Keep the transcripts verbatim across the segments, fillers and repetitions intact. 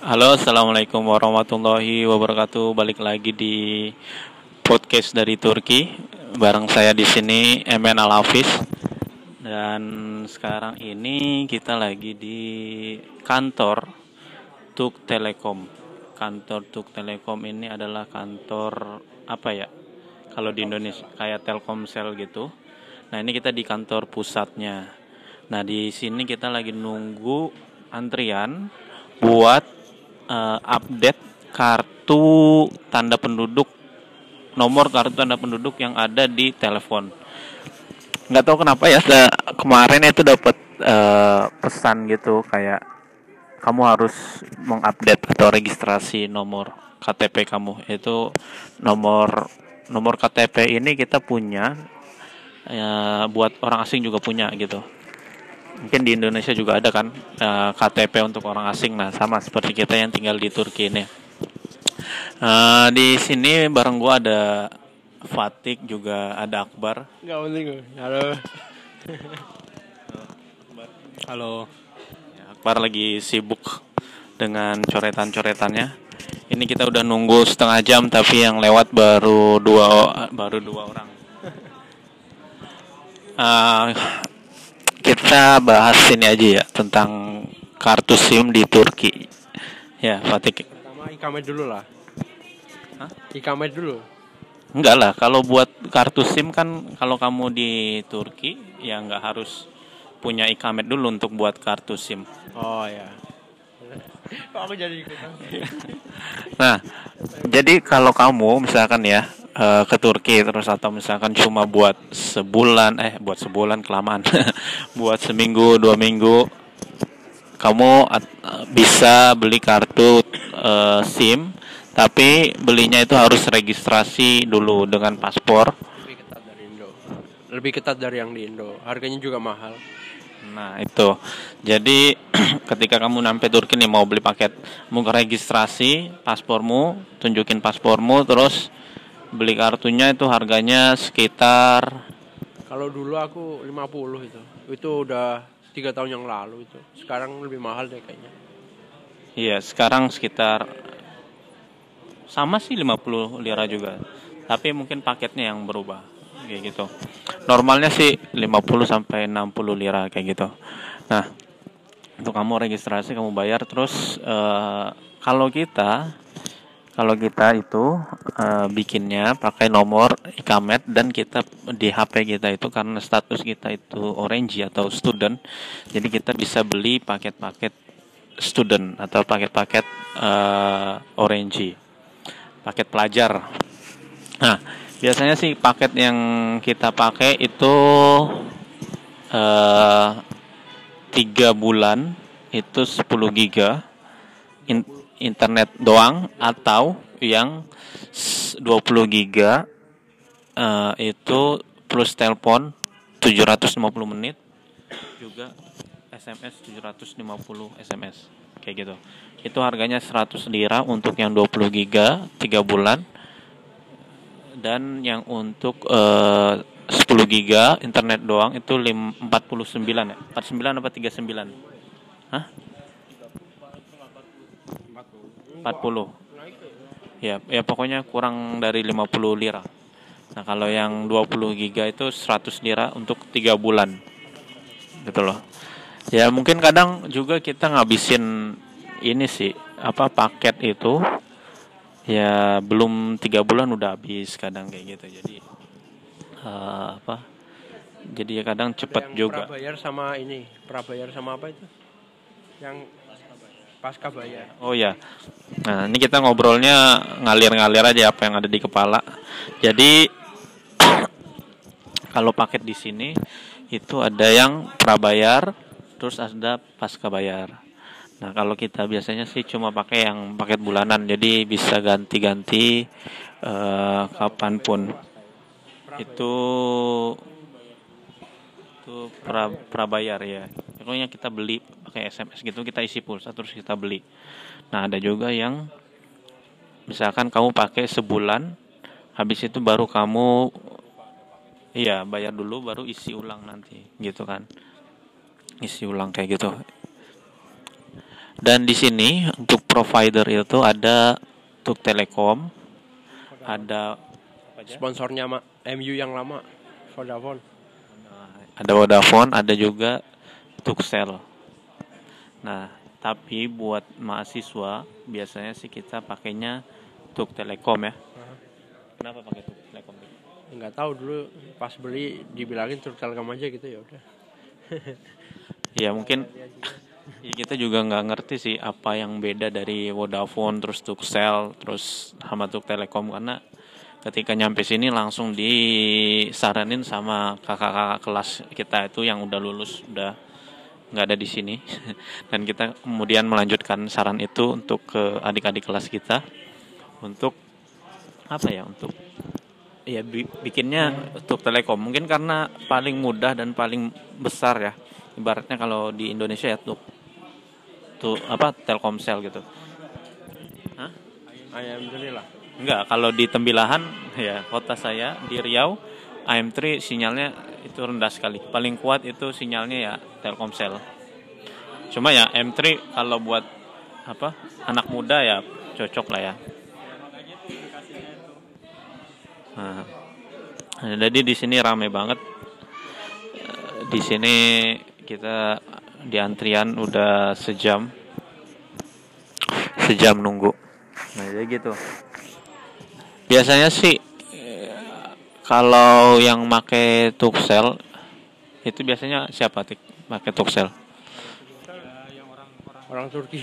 Halo, assalamualaikum warahmatullahi wabarakatuh. Balik lagi di podcast dari Turki. Bareng saya di sini Emen Al Hafiz. Dan sekarang ini kita lagi di kantor Tuk Telekom. Kantor Tuk Telekom ini adalah kantor apa ya? Kalau di Indonesia kayak Telkomsel gitu. Nah, ini kita di kantor pusatnya. Nah, di sini kita lagi nunggu antrian buat eh, update kartu tanda penduduk, nomor kartu tanda penduduk yang ada di telepon. Nggak tahu kenapa ya, kemarin itu dapat eh, pesan gitu kayak kamu harus mengupdate atau registrasi nomor K T P kamu. Itu nomor nomor K T P ini kita punya, ya, buat orang asing juga punya gitu. Mungkin di Indonesia juga ada kan, eh, K T P untuk orang asing. Nah, sama seperti kita yang tinggal di Turki ini. Eh, di sini bareng gua ada Fatik, juga ada Akbar. Enggak penting. Halo. Halo. Ya, Akbar lagi sibuk dengan coretan-coretannya. Ini kita udah nunggu setengah jam tapi yang lewat baru dua baru dua orang. Eh, kita bahas ini aja ya tentang kartu SIM di Turki. Ya, Fatik. Pertama ikamet dulu lah. Hah? Ikamet dulu. Enggak lah, kalau buat kartu SIM kan kalau kamu di Turki ya nggak harus punya ikamet dulu untuk buat kartu SIM. Oh ya. Kok aku jadi ikutan? Nah, jadi kalau kamu misalkan ya eh, ke Turki terus atau misalkan cuma buat sebulan, eh buat sebulan kelamaan, buat seminggu dua minggu, kamu at- bisa beli kartu eh, SIM, tapi belinya itu harus registrasi dulu dengan paspor. Lebih ketat dari Indo. Lebih ketat dari yang di Indo. Harganya juga mahal. Nah itu, jadi ketika kamu sampai Turki nih mau beli paket, mau registrasi paspormu, tunjukin paspormu, terus beli kartunya itu harganya sekitar, Kalau dulu aku lima puluh itu. Itu udah tiga tahun yang lalu itu. Sekarang lebih mahal deh kayaknya. iya sekarang sekitar sama sih lima puluh lira juga, tapi mungkin paketnya yang berubah kayak gitu. Normalnya sih lima puluh sampai enam puluh lira kayak gitu. Nah, untuk kamu registrasi kamu bayar terus eh, kalau kita kalau kita itu eh, bikinnya pakai nomor ikamet, dan kita di H P kita itu karena status kita itu orange atau student, jadi kita bisa beli paket-paket student atau paket-paket eh, orange, paket pelajar. Nah, biasanya sih paket yang kita pakai itu eh tiga bulan itu sepuluh giga in- internet doang, atau yang s- dua puluh giga eh, itu plus telepon tujuh ratus lima puluh menit, juga S M S tujuh ratus lima puluh S M S kayak gitu. Itu harganya seratus lira untuk yang dua puluh giga tiga bulan, dan yang untuk eh, sepuluh giga internet doang itu lim- empat puluh sembilan ya. empat puluh sembilan apa tiga puluh sembilan? Hah? empat puluh. Ya, ya pokoknya kurang dari lima puluh lira. Nah, kalau yang dua puluh giga itu seratus lira untuk tiga bulan. Gitu loh. Ya, mungkin kadang juga kita ngabisin ini sih, apa paket itu ya belum tiga bulan udah habis kadang kayak gitu. Jadi eh, apa? Jadi ya kadang Ada cepet yang juga. prabayar sama ini. Prabayar sama apa itu? Yang pasca bayar. Oh ya. Nah, ini kita ngobrolnya ngalir-ngalir aja apa yang ada di kepala. Jadi kalau paket di sini itu ada yang prabayar, terus ada pasca bayar. Nah, kalau kita biasanya sih cuma pakai yang paket bulanan, jadi bisa ganti-ganti eh, kapanpun. Itu itu pra, prabayar ya. Pokoknya kita beli pakai S M S gitu, kita isi pulsa terus kita beli. Nah, ada juga yang misalkan kamu pakai sebulan, habis itu baru kamu, iya, bayar dulu baru isi ulang nanti gitu kan. Isi ulang kayak gitu. Dan di sini untuk provider itu ada untuk Telekom, ada Sponsornya Ma- M U yang lama, Vodafone. ada Vodafone, ada juga Turkcell. Nah, tapi buat mahasiswa biasanya sih kita pakainya Tuk Telekom ya. Aha. Kenapa pakai Tuk Telekom? Nggak tahu dulu pas beli dibilangin Turk Telkom aja gitu ya udah. Ya mungkin ya kita juga nggak ngerti sih apa yang beda dari Vodafone terus Turkcell terus sama Tuk Telekom, karena ketika nyampe sini langsung disaranin sama kakak-kakak kelas kita itu yang udah lulus, udah nggak ada di sini dan kita kemudian melanjutkan saran itu untuk ke adik-adik kelas kita untuk apa ya, untuk ya bi- bikinnya untuk Telekom mungkin karena paling mudah dan paling besar ya, ibaratnya kalau di Indonesia ya tuh tuh apa Telkomsel gitu. Hah? Ayam jeli lah. Enggak, kalau di Tembilahan ya kota saya di Riau, A M tiga sinyalnya itu rendah sekali. Paling kuat itu sinyalnya ya Telkomsel. Cuma ya M tiga kalau buat apa anak muda ya cocok lah ya. Nah, jadi di sini ramai banget. Di sini kita di antrian udah sejam, sejam nunggu. Nah jadi gitu. Biasanya sih kalau yang make Turkcell itu biasanya siapa tik pakai Turkcell? Orang Turki.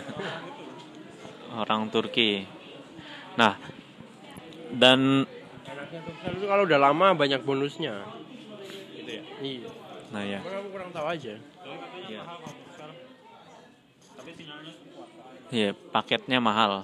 Orang Turki. Nah, dan Enaknya Turkcell itu kalau udah lama banyak bonusnya. gitu ya. Iya. Nah ya. Cuma aku kurang tahu aja. Iya, paketnya mahal.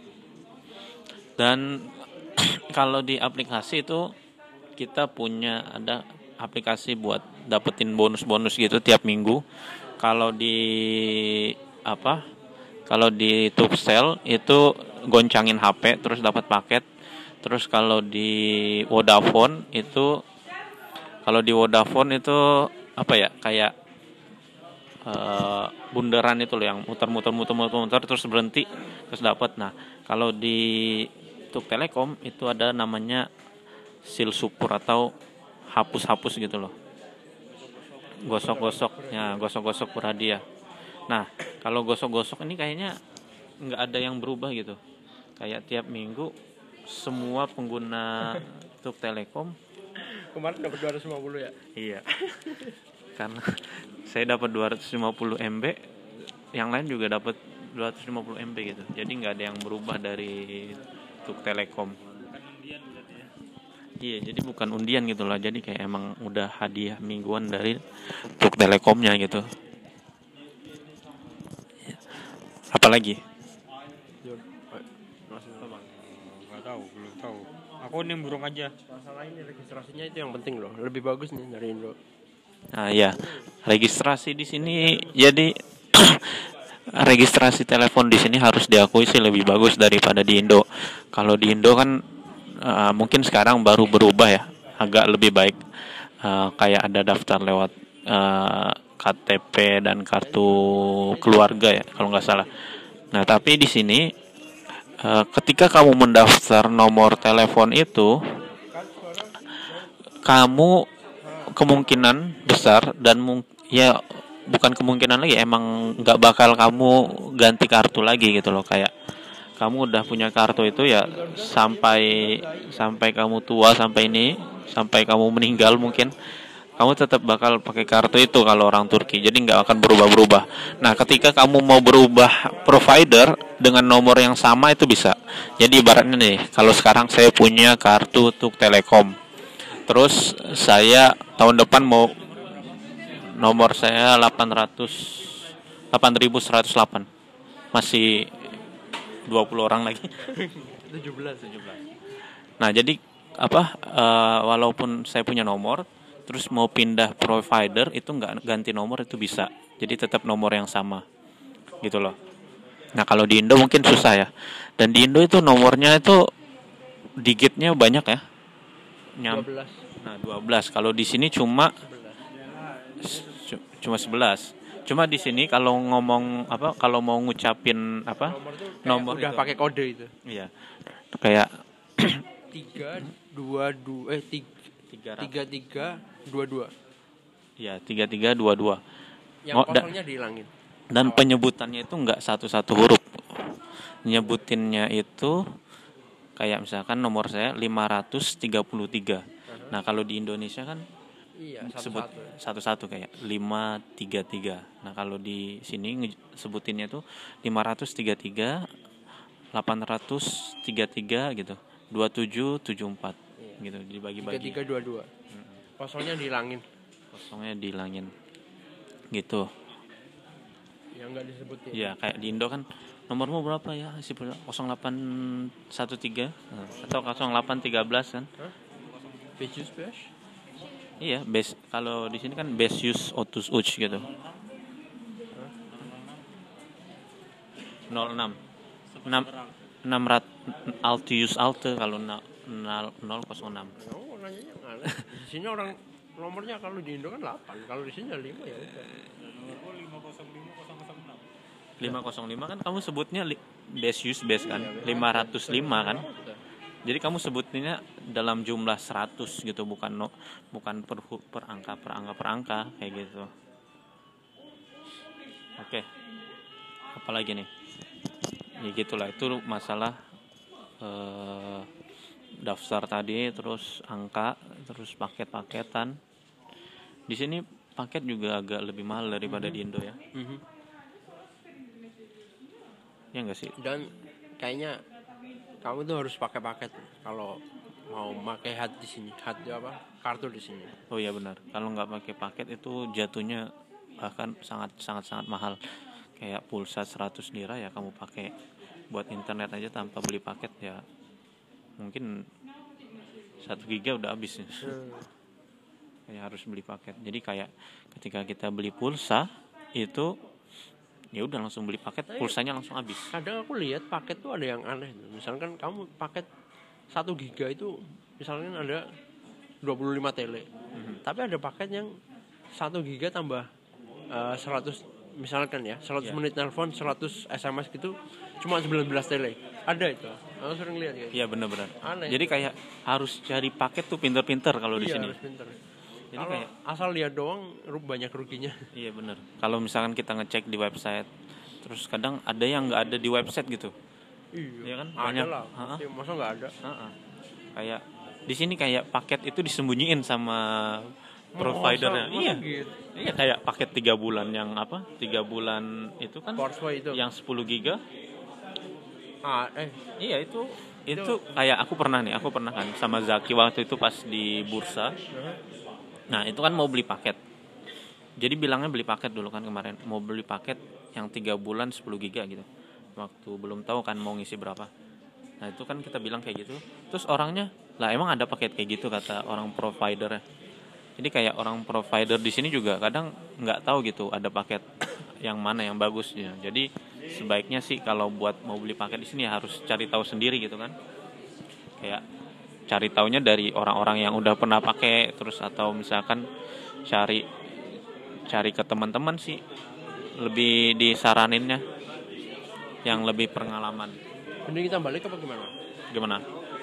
Dan kalau di aplikasi itu kita punya ada aplikasi buat dapetin bonus-bonus gitu tiap minggu. Kalau di apa? Kalau di Turkcell itu goncangin H P terus dapat paket. Terus kalau di Vodafone itu kalau di Vodafone itu apa ya? Kayak uh, bundaran itu loh yang muter-muter muter-muter muter terus berhenti terus dapat. Nah, kalau di Tuk Telekom itu ada namanya seal support atau hapus-hapus gitu loh. Gosok-gosok, ya gosok-gosok berhadiah. Nah, kalau gosok-gosok ini kayaknya nggak ada yang berubah gitu. Kayak tiap minggu semua pengguna Tuk Telekom. Kemarin dapat dua ratus lima puluh ya? Iya. Karena saya dapat dua ratus lima puluh M B, yang lain juga dapat dua ratus lima puluh M B gitu. Jadi nggak ada yang berubah dari Tuk Telekom. Iya, jadi bukan undian gitu lah. Jadi kayak emang udah hadiah mingguan dari Tuk Telekomnya gitu. Apalagi? Nggak tahu, belum tahu. Aku nimbrung aja. Masalah ini registrasinya itu yang penting loh. Lebih bagus nih dari Indo. Nah ya, registrasi di sini jadi registrasi telepon di sini harus diakui sih lebih bagus daripada di Indo. Kalau di Indo kan uh, mungkin sekarang baru berubah ya, agak lebih baik. Uh, kayak ada daftar lewat uh, K T P dan kartu keluarga ya kalau nggak salah. Nah tapi di sini uh, ketika kamu mendaftar nomor telepon itu, kamu kemungkinan besar dan mung- ya bukan kemungkinan lagi, emang nggak bakal kamu ganti kartu lagi gitu loh. Kayak kamu udah punya kartu itu ya sampai sampai kamu tua, sampai ini sampai kamu meninggal mungkin kamu tetap bakal pakai kartu itu kalau orang Turki, jadi nggak akan berubah-berubah. Nah ketika kamu mau berubah provider dengan nomor yang sama itu bisa. Jadi ibaratnya nih, kalau sekarang saya punya kartu Tuk Telekom, terus saya tahun depan mau nomor saya delapan ratus delapan ribu seratus delapan, masih dua puluh orang lagi. tujuh belas. Nah jadi apa uh, walaupun saya punya nomor terus mau pindah provider itu nggak ganti nomor itu bisa, jadi tetap nomor yang sama gitu loh. Nah kalau di Indo mungkin susah ya, dan di Indo itu nomornya itu digitnya banyak ya. Nyam- dua belas. Nah dua belas. Kalau di sini cuma c- cuma sebelas. Cuma di sini kalau ngomong apa, kalau mau ngucapin apa Nomor tuh kayak nomor udah itu, pakai kode itu. iya kayak Tiga dua dua eh tiga tiga tiga tiga dua dua. ya tiga tiga dua dua. Yang Oh, da- kosongnya dihilangin. dan penyebutannya itu nggak satu-satu huruf, nyebutinnya itu kayak misalkan nomor saya lima ratus tiga puluh tiga. Nah kalau di Indonesia kan Iya, sebut satu-satu. satu-satu kayak lima tiga tiga. Nah kalau di sini nge- sebutinnya tuh lima ratus tiga puluh tiga, delapan ratus tiga puluh tiga gitu, dua tujuh tujuh empat gitu, Tiga dibagi-bagi. tiga dua dua. Kosongnya dihilangin. Kosongnya dihilangin gitu. Yang nggak disebutin. Ya kayak di Indo kan nomormu berapa ya, si nol delapan satu tiga atau nol delapan tiga belas kan. Bejus bash. Iya, base kalau di sini kan base use otus uch gitu. nol enam enam enam rat altius alte kalau nol nol nol enam. Oh, nanya yang di sini orang nomornya kalau di Indo kan delapan, kalau di sini lima ya udah. lima nol lima kan kamu sebutnya li, base use base kan, lima ratus lima kan. Jadi kamu sebutnya dalam jumlah seratus gitu, bukan no, bukan per, per angka per angka per angka kayak gitu. Oke. Apalagi nih? Ya gitulah, itu masalah eh, daftar tadi, terus angka, terus paket-paketan. Di sini paket juga agak lebih mahal daripada di Indo ya. Mm-hmm. Ya enggak sih? Dan kayaknya kamu tuh harus pakai paket kalau mau pakai hat di sini, hat apa? Kartu di sini. Oh iya benar. Kalau nggak pakai paket itu jatuhnya bahkan sangat sangat sangat mahal. Kayak pulsa seratus lira ya kamu pakai buat internet aja tanpa beli paket ya mungkin satu giga udah habis. Hmm. Kayak harus beli paket. Jadi kayak ketika kita beli pulsa itu ya udah langsung beli paket, pulsanya langsung habis. Kadang aku lihat paket tuh ada yang aneh. Misalkan kamu paket satu giga itu misalkan ada dua puluh lima tele. Mm-hmm. Tapi ada paket yang satu giga tambah uh, seratus misalkan ya, seratus yeah. menit telepon, seratus S M S gitu cuma sembilan belas tele. Ada itu. Aku sering lihat ya. Iya benar-benar. Aneh. Jadi kayak harus cari paket tuh pinter-pinter kalau iya, di sini. Harus pinter. Jadi kalau kayak asal lihat doang banyak ruginya. Iya benar. Kalau misalkan kita ngecek di website, terus kadang ada yang nggak ada di website gitu. Iya, ya kan? Ada Banyak. lah. Pasti, masa nggak ada? Ha-ha. Kayak di sini kayak paket itu disembunyiin sama providernya. Masa, masa iya. Gitu? Iya kayak paket tiga bulan yang apa? Tiga bulan itu kan? itu. Yang sepuluh giga. Ah, eh. Iya itu. Itu kayak aku pernah nih, aku pernah kan sama Zaki waktu itu pas di bursa. Nah itu kan mau beli paket. Jadi bilangnya beli paket dulu kan kemarin. Mau beli paket yang tiga bulan sepuluh giga gitu. Waktu belum tahu kan mau ngisi berapa. Nah itu kan kita bilang kayak gitu. Terus orangnya, lah emang ada paket kayak gitu kata orang providernya. Jadi kayak orang provider di sini juga kadang nggak tahu gitu ada paket yang mana yang bagus ya. Jadi sebaiknya sih kalau buat mau beli paket di sini ya harus cari tahu sendiri gitu kan. Kayak cari taunya dari orang-orang yang udah pernah pakai, terus atau misalkan cari cari ke teman-teman sih lebih disaraninnya yang lebih pengalaman. Mending kita balik apa gimana? Gimana?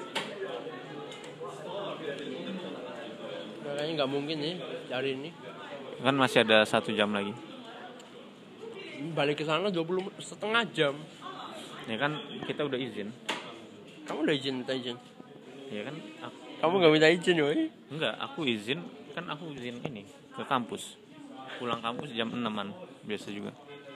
Kayaknya nggak mungkin nih dari ini. Kan masih ada satu jam lagi. Balik ke sana dua puluh setengah jam. Ya kan kita udah izin. Kamu udah izin minta izin? Ya kan aku, kamu nggak minta izin woy? Enggak, aku izin kan aku izin ini ke kampus. Pulang kampus jam enaman biasa juga.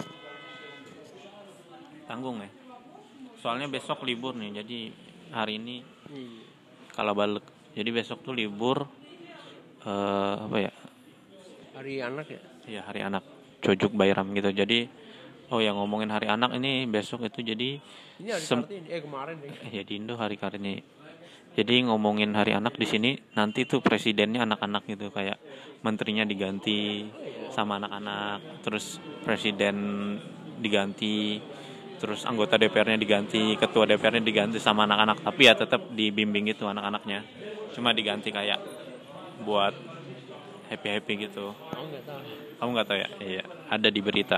Tanggung ya. Soalnya besok libur nih, jadi hari ini iya. Kalau balik. Jadi besok tuh libur uh, apa ya? Hari anak ya? Iya, hari anak. Cojuk Bayram gitu. Jadi oh ya ngomongin hari anak ini besok itu jadi ini hari sem- Kartini, eh kemarin deh. Ya di Indo hari Kartini. Jadi ngomongin hari anak di sini nanti tuh presidennya anak-anak gitu, kayak menterinya diganti sama anak-anak, terus presiden diganti, terus anggota D P R-nya diganti, ketua D P R-nya diganti sama anak-anak, tapi ya tetap dibimbing gitu anak-anaknya. Cuma diganti kayak buat happy-happy gitu. Oh, enggak tahu. Kamu nggak tahu ya? Iya, ada di berita.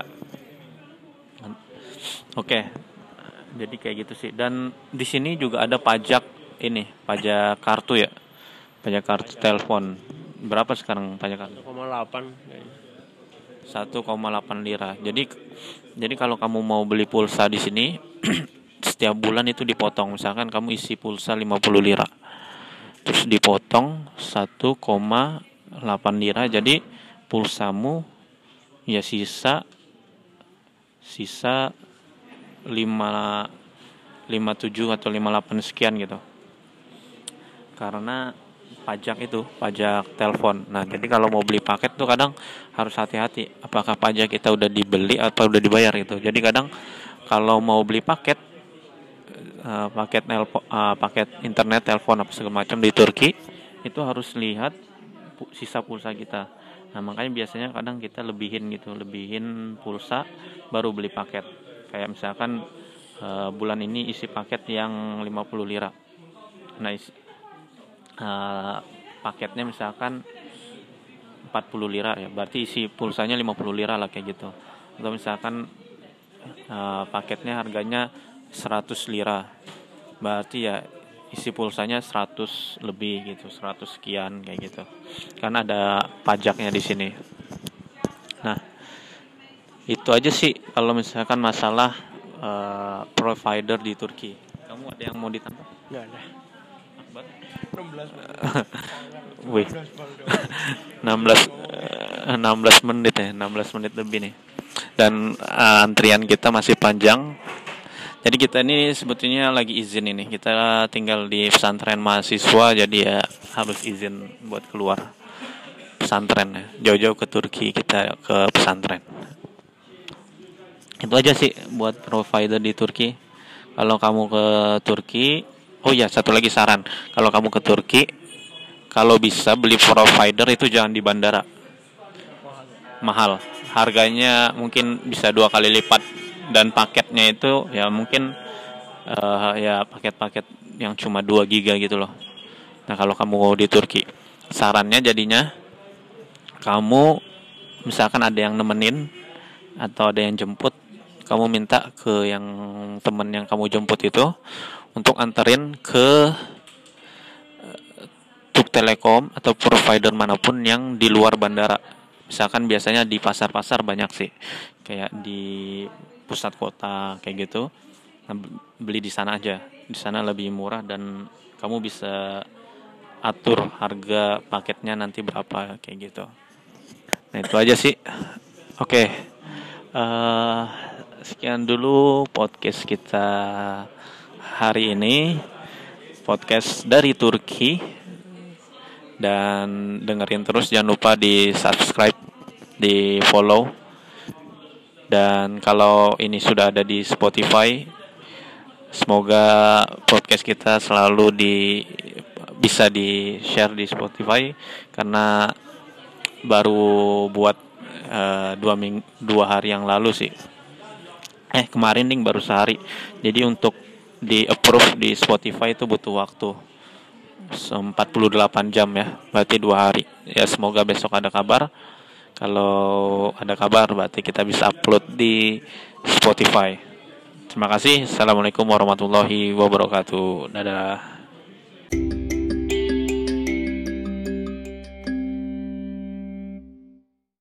Oke, jadi kayak gitu sih. Dan di sini juga ada pajak ini, pajak kartu ya, pajak kartu telepon. Berapa sekarang pajak kartu? satu koma delapan kayaknya. satu koma delapan lira. Jadi jadi kalau kamu mau beli pulsa di sini setiap bulan itu dipotong. Misalkan kamu isi pulsa lima puluh lira. Terus dipotong satu koma delapan lira. Jadi pulsamu ya sisa sisa lima lima tujuh atau lima delapan sekian gitu. Karena pajak itu, pajak telepon. Nah, jadi kalau mau beli paket tuh kadang harus hati-hati apakah pajak kita udah dibeli atau udah dibayar gitu. Jadi kadang kalau mau beli paket uh, paket nelpo, uh, paket internet, telepon apa segala macam di Turki itu harus lihat pu- sisa pulsa kita. Nah, makanya biasanya kadang kita lebihin gitu, lebihin pulsa baru beli paket. Kayak misalkan uh, bulan ini isi paket yang lima puluh lira. Nah, isi, Uh, paketnya misalkan empat puluh lira ya, berarti isi pulsanya lima puluh lira lah kayak gitu. Atau misalkan uh, paketnya harganya seratus lira, berarti ya isi pulsanya seratus lebih gitu, seratus sekian kayak gitu. Karena ada pajaknya di sini. Nah, itu aja sih kalau misalkan masalah uh, provider di Turki. Kamu ada yang mau ditambah? Nggak ada. enam belas Wih, enam belas enam belas menit ya, enam belas menit lebih nih. Dan uh, antrian kita masih panjang. Jadi kita ini sebetulnya lagi izin ini. Kita tinggal di pesantren mahasiswa, jadi ya harus izin buat keluar pesantren ya. Jauh-jauh ke Turki kita ke pesantren. Itu aja sih buat provider di Turki. Kalau kamu ke Turki, oh ya, satu lagi saran. Kalau kamu ke Turki, kalau bisa beli provider itu jangan di bandara. Mahal. Harganya mungkin bisa dua kali lipat dan paketnya itu ya mungkin uh, ya paket-paket yang cuma dua giga gitu loh. Nah, kalau kamu di Turki, sarannya jadinya kamu misalkan ada yang nemenin atau ada yang jemput, kamu minta ke yang temen yang kamu jemput itu untuk anterin ke Tuk Telekom atau provider manapun yang di luar bandara. Misalkan biasanya di pasar-pasar banyak sih, kayak di pusat kota kayak gitu. Nah, beli di sana aja. Di sana lebih murah dan kamu bisa atur harga paketnya nanti berapa kayak gitu. Nah, itu aja sih. Oke. Uh, sekian dulu podcast kita hari ini, podcast dari Turki. Dan dengerin terus, jangan lupa di subscribe, di follow. Dan kalau ini sudah ada di Spotify, semoga podcast kita selalu di bisa di share di Spotify, karena baru buat uh, dua ming dua hari yang lalu sih. Eh kemarin nih baru sehari. Jadi untuk di approve di Spotify itu butuh waktu empat puluh delapan jam ya, berarti dua hari ya. Semoga besok ada kabar. Kalau ada kabar berarti kita bisa upload di Spotify. Terima kasih. Assalamualaikum warahmatullahi wabarakatuh. Dadah.